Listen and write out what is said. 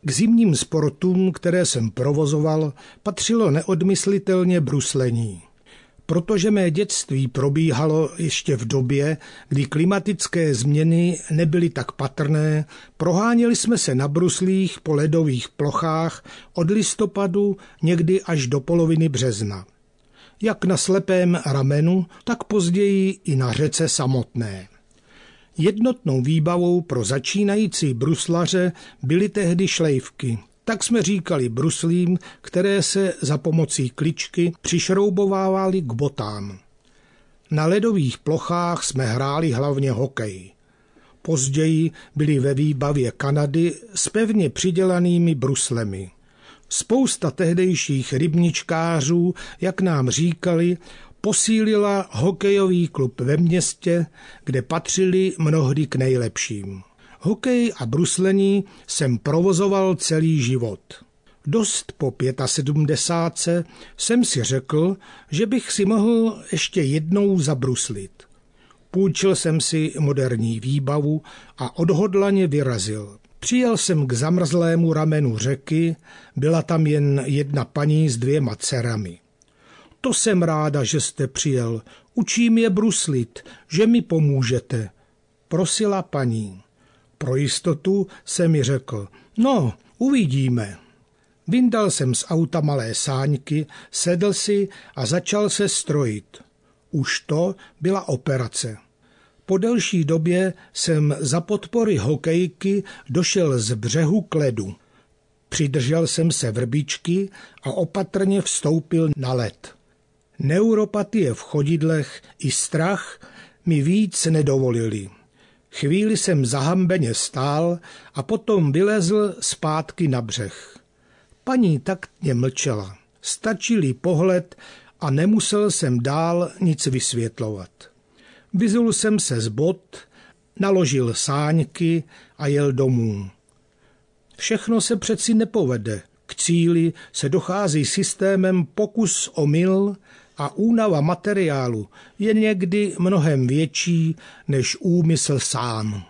K zimním sportům, které jsem provozoval, patřilo neodmyslitelně bruslení. Protože mé dětství probíhalo ještě v době, kdy klimatické změny nebyly tak patrné, proháněli jsme se na bruslích po ledových plochách od listopadu někdy až do poloviny března. Jak na slepém ramenu, tak později i na řece samotné. Jednotnou výbavou pro začínající bruslaře byly tehdy šlejvky. Tak jsme říkali bruslím, které se za pomocí kličky přišroubovávaly k botám. Na ledových plochách jsme hráli hlavně hokej. Později byly ve výbavě kanady s pevně přidělanými bruslemi. Spousta tehdejších rybničkářů, jak nám říkali, posílila hokejový klub ve městě, kde patřili mnohdy k nejlepším. Hokej a bruslení jsem provozoval celý život. Dost po 75 jsem si řekl, že bych si mohl ještě jednou zabruslit. Půjčil jsem si moderní výbavu a odhodlaně vyrazil. Přijel jsem k zamrzlému ramenu řeky, byla tam jen jedna paní s 2 dcerami. To jsem ráda, že jste přijel, učím je bruslit, že mi pomůžete, prosila paní. Pro jistotu se mi řekl, no, uvidíme. Vyndal jsem z auta malé sáňky, sedl si a začal se strojit. Už to byla operace. Po delší době jsem za podpory hokejky došel z břehu k ledu. Přidržel jsem se vrbičky a opatrně vstoupil na led. Neuropatie v chodidlech i strach mi víc nedovolili. Chvíli jsem zahambeně stál a potom vylezl zpátky na břeh. Paní taktně mlčela. Stačil jí pohled a nemusel jsem dál nic vysvětlovat. Vyzul jsem se z bot, naložil sáňky a jel domů. Všechno se přeci nepovede. K cíli se dochází systémem pokus-omyl a únava materiálu je někdy mnohem větší než úmysl sám.